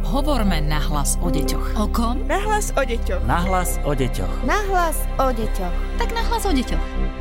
Hovorme nahlas o deťoch. O kom? Nahlas o deťoch. Nahlas o deťoch. Nahlas o deťoch. Tak nahlas o deťoch.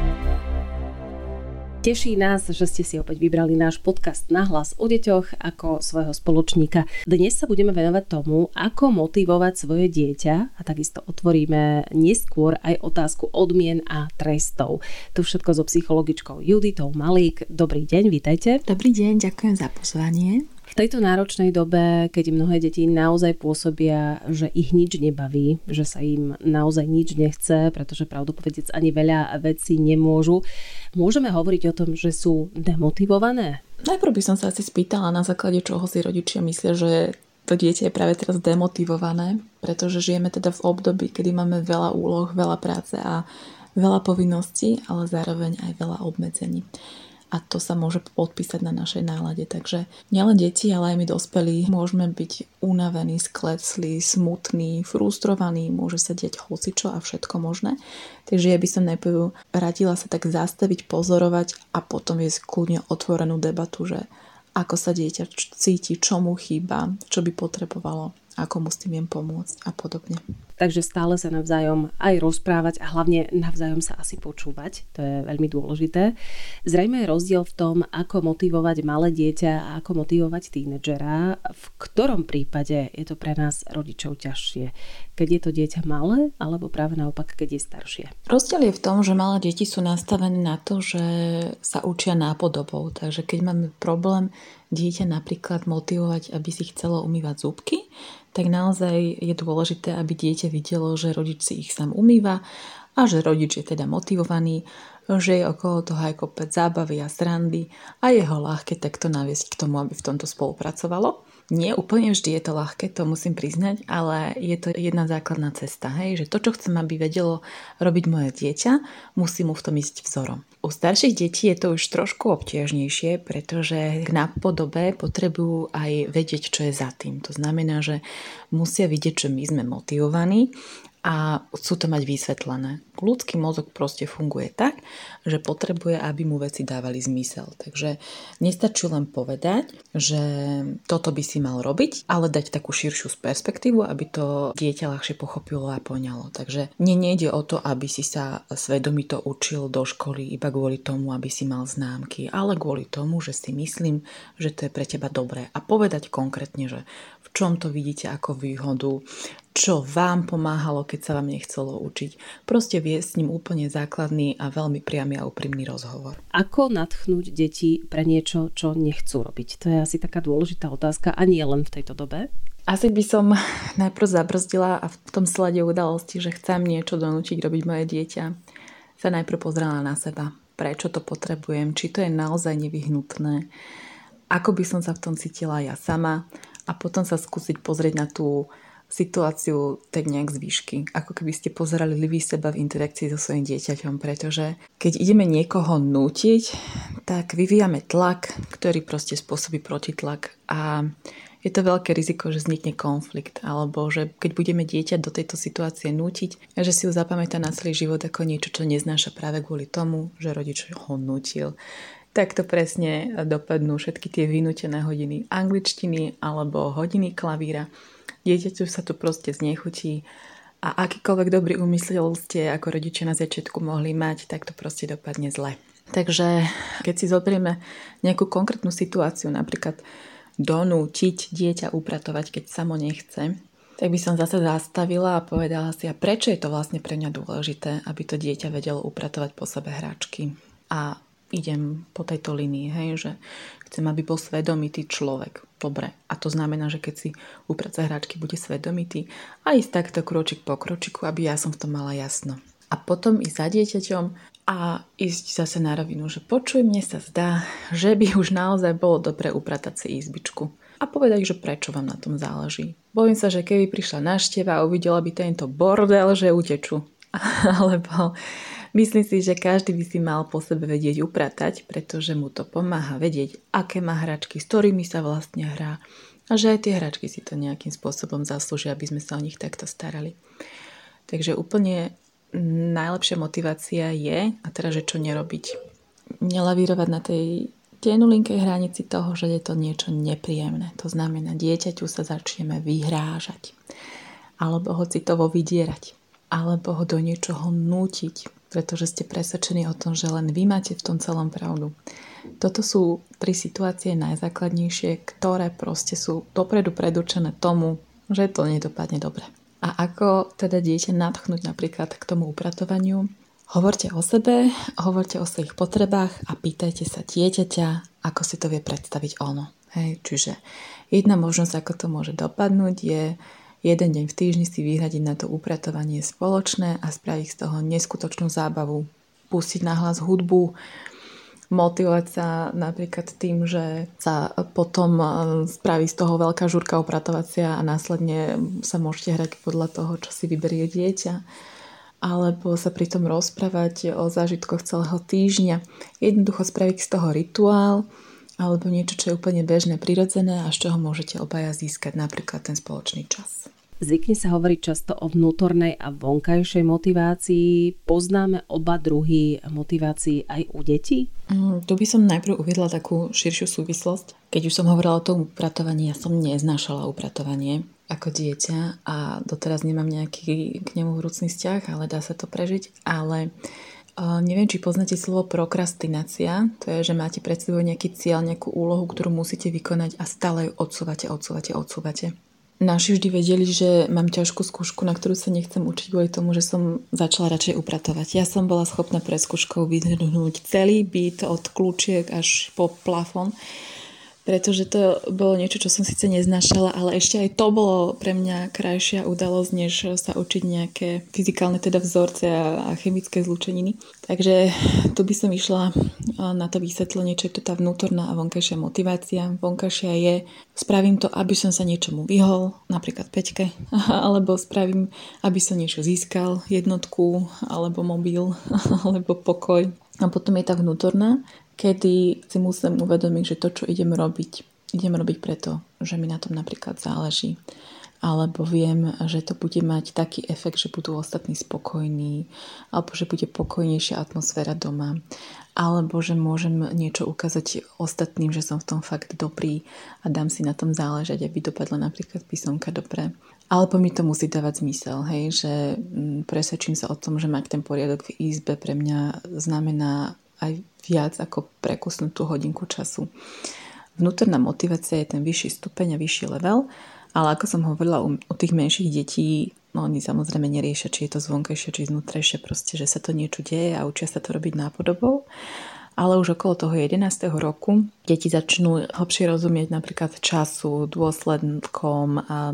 Teší nás, že ste si opäť vybrali náš podcast Nahlas o deťoch ako svojho spoločníka. Dnes sa budeme venovať tomu, ako motivovať svoje dieťa a takisto otvoríme neskôr aj otázku odmien a trestov. To všetko so psychologičkou Juditou Malík. Dobrý deň, vítajte. Dobrý deň, ďakujem za pozvanie. V tejto náročnej dobe, keď mnohé deti naozaj pôsobia, že ich nič nebaví, že sa im naozaj nič nechce, pretože pravdu povedec ani veľa vecí nemôžu, môžeme hovoriť o tom, že sú demotivované? Najprv by som sa asi spýtala, na základe čoho si rodičia myslia, že to dieťa je práve teraz demotivované, pretože žijeme teda v období, kedy máme veľa úloh, veľa práce a veľa povinností, ale zároveň aj veľa obmedzení. A to sa môže podpísať na našej nálade. Takže nielen deti, ale aj my dospelí môžeme byť unavení, skleslí, smutní, frustrovaní, môže sa diať hocičo a všetko možné. Takže ja by som najprv radila sa tak zastaviť, pozorovať a potom viesť kľudne otvorenú debatu, že ako sa dieťa cíti, čo mu chýba, čo by potrebovalo, ako mu s tým viem pomôcť a podobne. Takže stále sa navzájom aj rozprávať a hlavne navzájom sa asi počúvať. To je veľmi dôležité. Zrejme je rozdiel v tom, ako motivovať malé dieťa a ako motivovať tínedžera. V ktorom prípade je to pre nás rodičov ťažšie? Keď je to dieťa malé, alebo práve naopak, keď je staršie? Rozdiel je v tom, že malé deti sú nastavené na to, že sa učia nápodobou. Takže keď máme problém dieťa napríklad motivovať, aby si chcelo umývať zúbky, tak naozaj je dôležité, aby dieťa videlo, že rodič si ich sám umýva a že rodič je teda motivovaný, že je okolo toho aj kopec zábavy a srandy a je ho ľahké takto naviesť k tomu, aby v tomto spolupracovalo. Nie úplne vždy je to ľahké, to musím priznať, ale je to jedna základná cesta, hej, že to, čo chcem, aby vedelo robiť moje dieťa, musí mu v tom ísť vzorom. U starších detí je to už trošku obťažnejšie, pretože k nápodobe potrebujú aj vedieť, čo je za tým. To znamená, že musia vidieť, že my sme motivovaní a chcú to mať vysvetlené. Ľudský mozog proste funguje tak, že potrebuje, aby mu veci dávali zmysel. Takže nestačí len povedať, že toto by si mal robiť, ale dať takú širšiu perspektívu, aby to dieťa ľahšie pochopilo a poňalo. Takže nejde o to, aby si sa svedomito učil do školy iba kvôli tomu, aby si mal známky, ale kvôli tomu, že si myslím, že to je pre teba dobré. A povedať konkrétne, že v čom to vidíte ako výhodu, čo vám pomáhalo, keď sa vám nechcelo učiť. Proste viesť s ním úplne základný a veľmi priamy a úprimný rozhovor. Ako nadchnúť deti pre niečo, čo nechcú robiť? To je asi taká dôležitá otázka a nie len v tejto dobe. Asi by som najprv zabrzdila a v tom slede udalosti, že chcem niečo donútiť robiť moje dieťa, sa najprv pozrela na seba. Prečo to potrebujem? Či to je naozaj nevyhnutné? Ako by som sa v tom cítila ja sama? A potom sa skúsiť pozrieť na tú situáciu tak nejak z výšky. Ako keby ste pozerali vy seba v interakcii so svojím dieťaťom, pretože keď ideme niekoho nútiť, tak vyvíjame tlak, ktorý proste spôsobí protitlak a je to veľké riziko, že vznikne konflikt, alebo že keď budeme dieťa do tejto situácie nútiť, že si ju zapamätá na celý život ako niečo, čo neznáša práve kvôli tomu, že rodič ho nútil. Tak to presne dopadnú všetky tie vynútené hodiny angličtiny alebo hodiny klavíra. Dieťaťu sa to proste znechutí a akýkoľvek dobrý úmysel ste ako rodičia na začiatku mohli mať, tak to proste dopadne zle. Takže keď si zoberieme nejakú konkrétnu situáciu, napríklad donútiť dieťa upratovať, keď samo nechce, tak by som zase zastavila a povedala si, a prečo je to vlastne pre mňa dôležité, aby to dieťa vedelo upratovať po sebe hračky. A idem po tejto línii, hej, že chcem, aby bol svedomitý človek. Dobre. A to znamená, že keď si upraca hračky bude svedomitý a ísť takto kročík po kročiku, aby ja som v tom mala jasno. A potom ísť za dieťaťom a ísť zase na rovinu, že počuj, mne sa zdá, že by už naozaj bolo dobre upratať si izbičku. A povedať, že prečo vám na tom záleží. Bojím sa, že keby prišla návšteva a uvidela by tento bordel, že utečú. Alebo myslím si, že každý by si mal po sebe vedieť upratať, pretože mu to pomáha vedieť, aké má hračky, s ktorými sa vlastne hrá. A že aj tie hračky si to nejakým spôsobom zaslúžia, aby sme sa o nich takto starali. Takže úplne najlepšia motivácia je, a teraz, že čo nerobiť. Nelavírovať na tej tenulinkej hranici toho, že je to niečo nepríjemné. To znamená, dieťaťu sa začneme vyhrážať. Alebo ho citovo vydierať. Alebo ho do niečoho nútiť, pretože ste presvedčení o tom, že len vy máte v tom celom pravdu. Toto sú 3 situácie najzákladnejšie, ktoré proste sú dopredu predurčené tomu, že to nedopadne dobre. A ako teda dieťa nadchnúť napríklad k tomu upratovaniu? Hovorte o sebe, hovorte o svojich potrebách a pýtajte sa dieťaťa, ako si to vie predstaviť ono. Hej, čiže jedna možnosť, ako to môže dopadnúť, je jeden deň v týždni si vyhradiť na to upratovanie spoločné a spraviť z toho neskutočnú zábavu. Pustiť nahlas hudbu, motivovať sa napríklad tým, že sa potom spraví z toho veľká žúrka upratovacia a následne sa môžete hrať podľa toho, čo si vyberie dieťa. Alebo sa pritom rozprávať o zážitkoch celého týždňa. Jednoducho spraviť z toho rituál alebo niečo, čo je úplne bežné, prirodzené a z čoho môžete obaja získať napríklad ten spoločný čas. Zvykne sa hovoriť často o vnútornej a vonkajšej motivácii. Poznáme oba druhy motivácií aj u detí? Tu by som najprv uviedla takú širšiu súvislosť. Keď už som hovorila o tom upratovaní, ja som neznášala upratovanie ako dieťa a doteraz nemám nejaký k nemu vrúcný vzťah, ale dá sa to prežiť. Ale neviem, či poznáte slovo prokrastinácia. To je, že máte pred sebou nejaký cieľ, nejakú úlohu, ktorú musíte vykonať a stále ju odsúvate. Naši vždy vedeli, že mám ťažkú skúšku, na ktorú sa nechcem učiť kvôli tomu, že som začala radšej upratovať. Ja som bola schopná pred skúškou vyhrnúť celý byt od kľúčiek až po plafón, pretože to bolo niečo, čo som síce neznášala, ale ešte aj to bolo pre mňa krajšia udalosť, než sa učiť nejaké fyzikálne teda vzorce a chemické zlúčeniny. Takže tu by som išla na to vysvetlenie, čo je to tá vnútorná a vonkajšia motivácia. Vonkajšia je, spravím to, aby som sa niečomu vyhol, napríklad Peťke, alebo spravím, aby som niečo získal, jednotku, alebo mobil, alebo pokoj. A potom je tá vnútorná, kedy si musím uvedomiť, že to, čo idem robiť preto, že mi na tom napríklad záleží. Alebo viem, že to bude mať taký efekt, že budú ostatní spokojní, alebo že bude pokojnejšia atmosféra doma, alebo že môžem niečo ukázať ostatným, že som v tom fakt dobrý a dám si na tom záležať, aby dopadla napríklad písomka dobre. Alebo mi to musí dávať zmysel, hej, že presvedčím sa o tom, že mať ten poriadok v izbe pre mňa znamená aj viac ako prekusnúť tú hodinku času. Vnútorná motivácia je ten vyšší stupeň a vyšší level, ale ako som hovorila u tých menších detí, no oni samozrejme neriešia, či je to zvonkajšie, či znútrajšie, proste, že sa to niečo deje a učia sa to robiť nápodobou. Ale už okolo toho 11. roku deti začnú hlbšie rozumieť napríklad času, dôsledkom a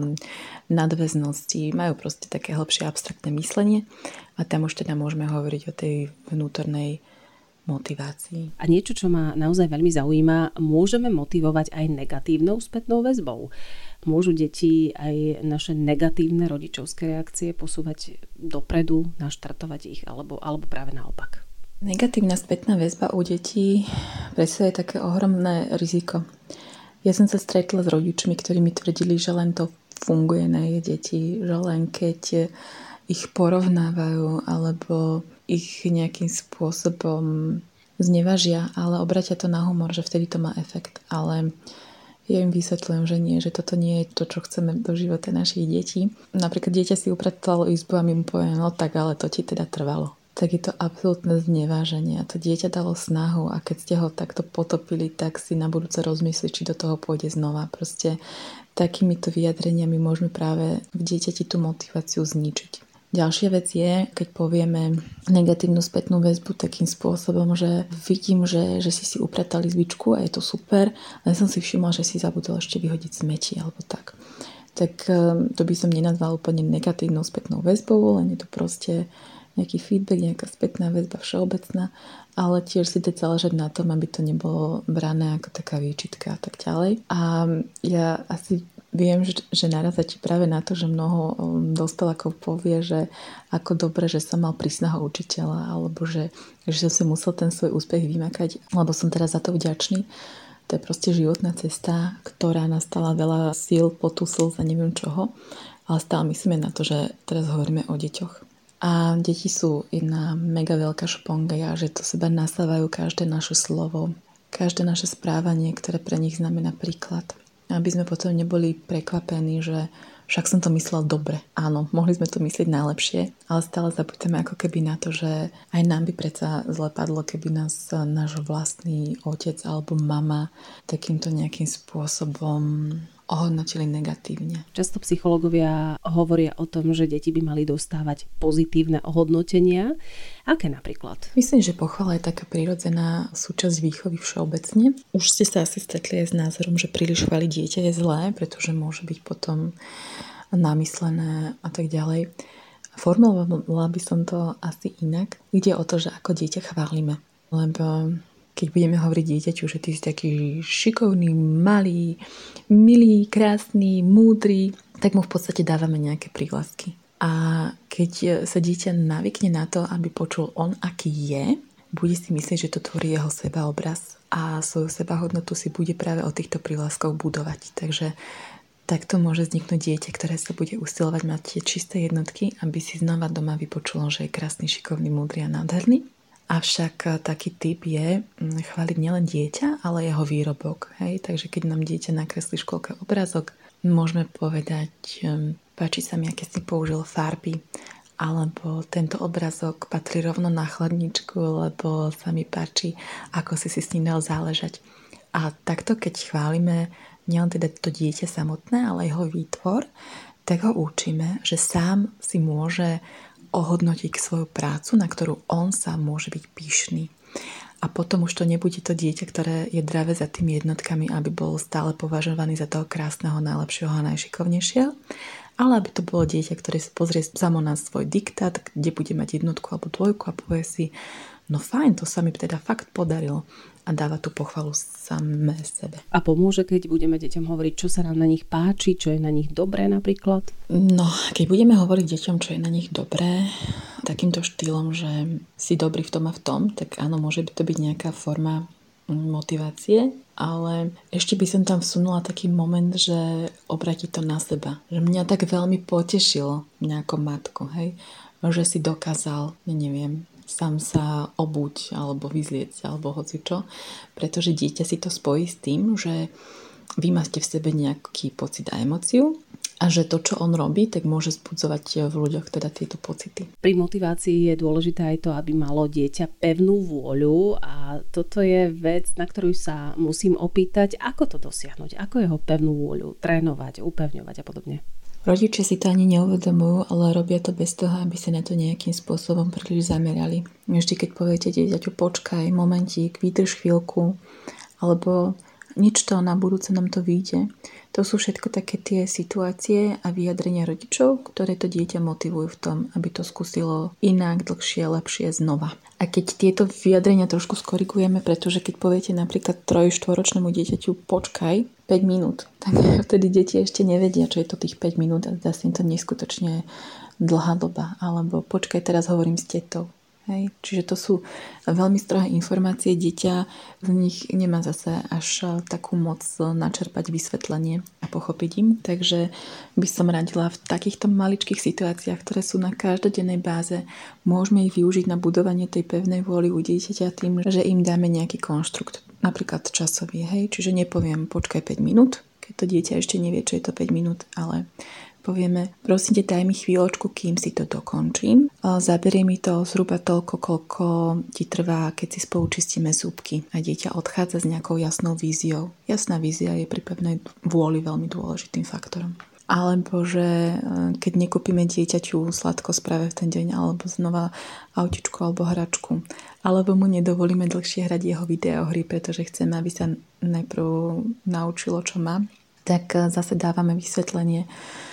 nadväznosti. Majú proste také hlbšie abstraktné myslenie a tam už teda môžeme hovoriť o tej vnútornej motivácii. A niečo, čo ma naozaj veľmi zaujíma, môžeme motivovať aj negatívnou spätnou väzbou. Môžu deti aj naše negatívne rodičovské reakcie posúvať dopredu, naštartovať ich, alebo práve naopak? Negatívna spätná väzba u detí predstavuje také ohromné riziko. Ja som sa stretla s rodičmi, ktorí mi tvrdili, že len to funguje na ich deti, že len keď ich porovnávajú alebo ich nejakým spôsobom znevažia, ale obratia to na humor, že vtedy to má efekt. Ale ja im vysvetľujem, že nie, že toto nie je to, čo chceme do života našich detí. Napríklad dieťa si upratalo izbu a my mu povieme, no tak, ale to ti teda trvalo. Tak je to absolútne zneváženie. A to dieťa dalo snahu a keď ste ho takto potopili, tak si na budúce rozmyslí, či do toho pôjde znova. Proste takýmito vyjadreniami môžeme práve v dieťati tú motiváciu zničiť. Ďalšia vec je, keď povieme negatívnu spätnú väzbu takým spôsobom, že vidím, že si upratali izbičku a je to super, len som si všimla, že si zabudol ešte vyhodiť smeti alebo tak. Tak to by som nenazvala úplne negatívnou spätnou väzbou, len je to proste nejaký feedback, nejaká spätná väzba všeobecná, ale tiež si dať záležať na tom, aby to nebolo brané ako taká výčitka a tak ďalej. A ja asi viem, že narazíte práve na to, že mnoho dospelákov povie, že ako dobre, že som mal prísneho učiteľa, alebo že som si musel ten svoj úspech vymakať, lebo som teraz za to vďačný. To je proste životná cesta, ktorá nastala veľa síl, potu, slz a neviem čoho, ale stále myslíme na to, že teraz hovoríme o deťoch. A deti sú jedna mega veľká šponga, že to seba nasávajú každé naše slovo. každé naše správanie, ktoré pre nich znamená príklad. Aby sme potom neboli prekvapení, že však som to myslel dobre. Áno, mohli sme to myslieť najlepšie, ale stále zabudeme ako keby na to, že aj nám by predsa zle padlo, keby nás náš vlastný otec alebo mama takýmto nejakým spôsobom ohodnotili negatívne. Často psychológovia hovoria o tom, že deti by mali dostávať pozitívne ohodnotenia. Aké napríklad? Myslím, že pochvala je taká prirodzená súčasť výchovy všeobecne. Už ste sa asi stretli aj s názorom, že príliš chváliť dieťa je zlé, pretože môže byť potom namyslené a tak ďalej. Formulovala by som to asi inak. Ide o to, že ako dieťa chválime. Lebo keď budeme hovoriť dieťaťu, že ty si taký šikovný, malý, milý, krásny, múdry, tak mu v podstate dávame nejaké prívlastky. A keď sa dieťa navykne na to, aby počul on, aký je, bude si myslieť, že to tvorí jeho sebaobraz a svoju sebahodnotu si bude práve od týchto prívlastkov budovať. Takže takto môže vzniknúť dieťa, ktoré sa bude usilovať mať tie čisté jednotky, aby si znova doma vypočulo, že je krásny, šikovný, múdry a nádherný. Avšak taký typ je chváliť nielen dieťa, ale jeho výrobok. Hej? Takže keď nám dieťa nakreslí v škôlke obrázok, môžeme povedať, páči sa mi, aké si použil farby, alebo tento obrázok patrí rovno na chladničku, lebo sa mi páči, ako si s ním dal záležať. A takto, keď chválime nielen teda to dieťa samotné, ale jeho výtvor, tak ho učíme, že sám si môže ohodnotiť svoju prácu, na ktorú on sa môže byť pyšný. A potom už to nebude to dieťa, ktoré je dravé za tými jednotkami, aby bol stále považovaný za toho krásneho, najlepšieho a najšikovnejšieho, ale aby to bolo dieťa, ktoré sa pozrie samo na svoj diktát, kde bude mať jednotku alebo dvojku a povie si, no fajn, to sa mi teda fakt podarilo. A dáva tú pochvalu samé sebe. A pomôže, keď budeme deťom hovoriť, čo sa nám na nich páči, čo je na nich dobré napríklad? No, keď budeme hovoriť deťom, čo je na nich dobré, takýmto štýlom, že si dobrý v tom a v tom, tak áno, môže to byť nejaká forma motivácie, ale ešte by som tam vsunula taký moment, že obratí to na seba. Že mňa tak veľmi potešilo mňa ako matku, hej, že si dokázal, neviem, sám sa obuť alebo vyzliecť alebo hocičo, pretože dieťa si to spojí s tým, že vy máte v sebe nejaký pocit a emóciu a že to, čo on robí, tak môže vzbudzovať v ľuďoch teda tieto pocity. Pri motivácii je dôležité aj to, aby malo dieťa pevnú vôľu a toto je vec, na ktorú sa musím opýtať, ako to dosiahnuť, ako jeho pevnú vôľu trénovať, upevňovať a podobne. Rodičia si to ani neuvedomujú, ale robia to bez toho, aby sa na to nejakým spôsobom príliš zamerali. Vždy, keď poviete dieťaťu počkaj, momentík, vydrž chvíľku, alebo nič to na budúce nám to vyjde. To sú všetko také tie situácie a vyjadrenia rodičov, ktoré to dieťa motivujú v tom, aby to skúsilo inak, dlhšie, lepšie, znova. A keď tieto vyjadrenia trošku skorigujeme, pretože keď poviete napríklad 3-4-ročnému dieťaťu počkaj 5 minút, tak vtedy deti ešte nevedia, čo je to tých 5 minút a zdá sa im to neskutočne dlhá doba. Alebo počkaj, teraz hovorím s tetou. Hej. Čiže to sú veľmi strohé informácie, dieťa z nich nemá zase až takú moc načerpať vysvetlenie a pochopiť im, takže by som radila v takýchto maličkých situáciách, ktoré sú na každodennej báze, môžeme ich využiť na budovanie tej pevnej vôly u dieťaťa tým, že im dáme nejaký konštrukt, napríklad časový, hej, čiže nepoviem počkaj 5 minút, keď to dieťa ešte nevie, čo je to 5 minút, ale povieme, prosím te, daj mi chvíľočku, kým si to dokončím. Zaberie mi to zhruba toľko, koľko ti trvá, keď si spolu čistíme zúbky. A dieťa odchádza s nejakou jasnou víziou. Jasná vízia je pri pevnej vôli veľmi dôležitým faktorom. Alebo že keď nekúpime dieťaťu sladkosť práve v ten deň, alebo znova autičku alebo hračku, alebo mu nedovolíme dlhšie hrať jeho videohry, pretože chceme, aby sa najprv naučilo, čo má, tak zase dávame vysvetlenie.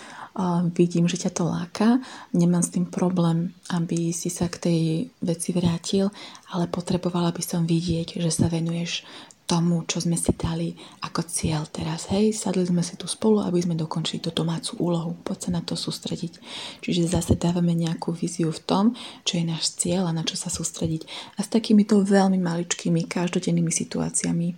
Vidím, že ťa to láka, nemám s tým problém, aby si sa k tej veci vrátil, ale potrebovala by som vidieť, že sa venuješ tomu, čo sme si dali ako cieľ teraz. Hej, sadli sme si tu spolu, aby sme dokončili tú domácu úlohu. Poď sa na to sústrediť. Čiže zase dávame nejakú víziu v tom, čo je náš cieľ a na čo sa sústrediť. A s takýmito veľmi maličkými, každodennými situáciami,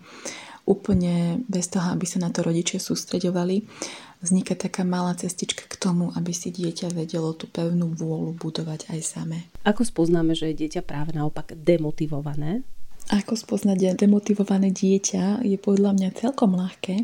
úplne bez toho, aby sa na to rodičia sústreďovali, vzniká taká malá cestička k tomu, aby si dieťa vedelo tú pevnú vôľu budovať aj samé. Ako spoznáme, že je dieťa práve naopak demotivované? Ako spoznať demotivované dieťa je podľa mňa celkom ľahké.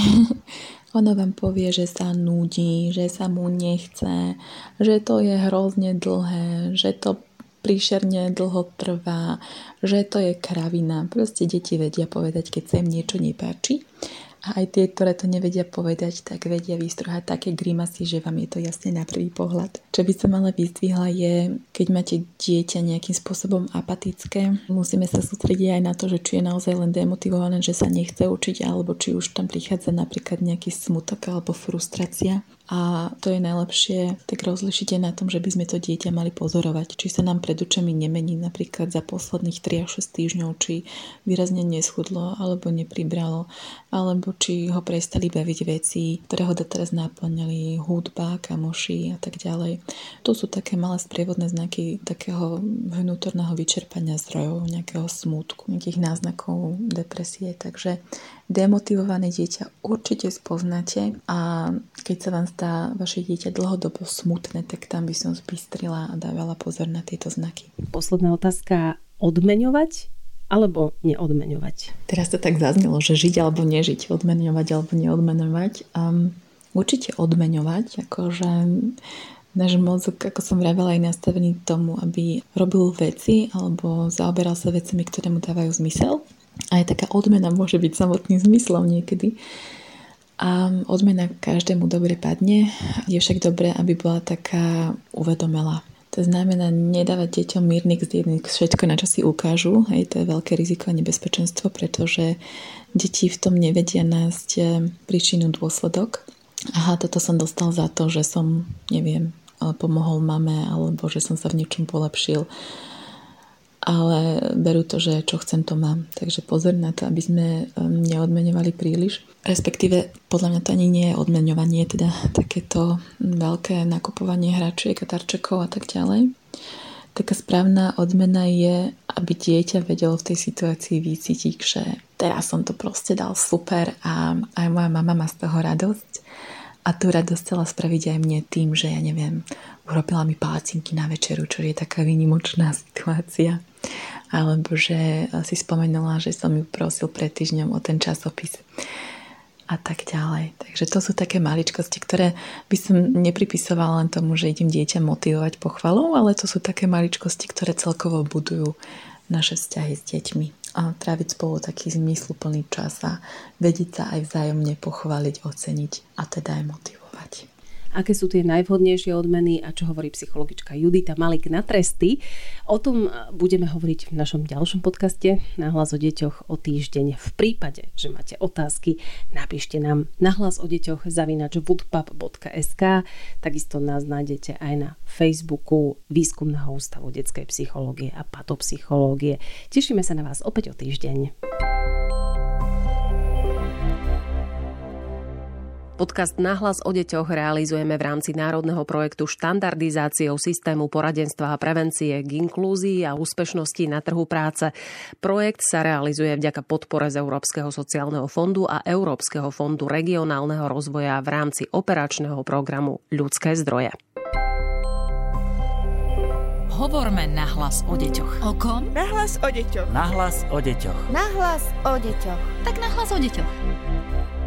Ono vám povie, že sa nudí, že sa mu nechce, že to je hrozne dlhé, že to príšerne dlho trvá, že to je kravina. Proste deti vedia povedať, keď sa im niečo nepáči. A aj tie, ktoré to nevedia povedať, tak vedia vystrhať také grimasy, že vám je to jasne na prvý pohľad. Čo by som ale vyzdvihla je, keď máte dieťa nejakým spôsobom apatické, musíme sa sústrediť aj na to, že či je naozaj len demotivované, že sa nechce učiť, alebo či už tam prichádza napríklad nejaký smutok alebo frustrácia. A to je najlepšie tak rozlišiť aj na tom, že by sme to dieťa mali pozorovať. Či sa nám pred očami nemení napríklad za posledných 3 až 6 týždňov, či výrazne neschudlo alebo nepribralo, alebo či ho prestali baviť veci, ktoré ho doteraz náplňali, hudba, kamoši a tak ďalej. To sú také malé sprievodné znaky takého vnútorného vyčerpania zdrojov, nejakého smútku, nejakých náznakov depresie. Takže demotivované dieťa určite spoznáte a keď sa vám zdá vaše dieťa dlhodobo smutné, tak tam by som zbystrila a dávala pozor na tieto znaky. Posledná otázka, odmeňovať alebo neodmeňovať? Teraz to tak zaznelo, že žiť alebo nežiť, odmeňovať alebo neodmeňovať. Určite odmeňovať, akože náš mozog, ako som vravela, je nastavený k tomu, aby robil veci alebo zaoberal sa vecami, ktoré mu dávajú zmysel. Aj taká odmena môže byť samotným zmyslom niekedy. A odmena každému dobre padne. Je však dobré, aby bola taká uvedomelá. To znamená nedávať deťom mírnik z jedných všetko, na čo si ukážu. Hej, to je veľké riziko a nebezpečenstvo, pretože deti v tom nevedia nájsť príčinu dôsledok. Aha, toto som dostal za to, že som, pomohol mame, alebo že som sa v niečom polepšil. Ale berú to, že čo chcem, to mám. Takže pozor na to, aby sme neodmeňovali príliš. Respektíve, podľa mňa to ani nie je odmeňovanie, teda takéto veľké nakupovanie hračiek a darčekov a tak ďalej. Taká správna odmena je, aby dieťa vedelo v tej situácii vycítiť, že teraz som to proste dal super a aj moja mama má z toho radosť. A tú radosť chcela spraviť aj mne tým, že urobila mi palacinky na večeru, čo je taká výnimočná situácia. Alebo že si spomenula, že som ju prosil pred týždňom o ten časopis. A tak ďalej. Takže to sú také maličkosti, ktoré by som nepripisovala len tomu, že idem dieťa motivovať pochvalou, ale to sú také maličkosti, ktoré celkovo budujú naše vzťahy s deťmi. A tráviť spolu taký zmysluplný čas a vedieť sa aj vzájomne pochváliť, oceniť a teda aj motivovať. Aké sú tie najvhodnejšie odmeny a čo hovorí psychologička Judita Malik na tresty? O tom budeme hovoriť v našom ďalšom podcaste Nahlas o deťoch o týždeň. V prípade, že máte otázky, napíšte nám nahlasodetoch@woodpub.sk. Takisto nás nájdete aj na Facebooku Výskumného ústavu detskej psychológie a patopsychológie. Tešíme sa na vás opäť o týždeň. Podcast Nahlas o deťoch realizujeme v rámci národného projektu štandardizáciou systému poradenstva a prevencie k inklúzii a úspešnosti na trhu práce. Projekt sa realizuje vďaka podpore z Európskeho sociálneho fondu a Európskeho fondu regionálneho rozvoja v rámci operačného programu Ľudské zdroje. Hovorme nahlas o deťoch. O kom? Nahlas o deťoch. Nahlas o deťoch. Nahlas o deťoch. Tak nahlas o deťoch.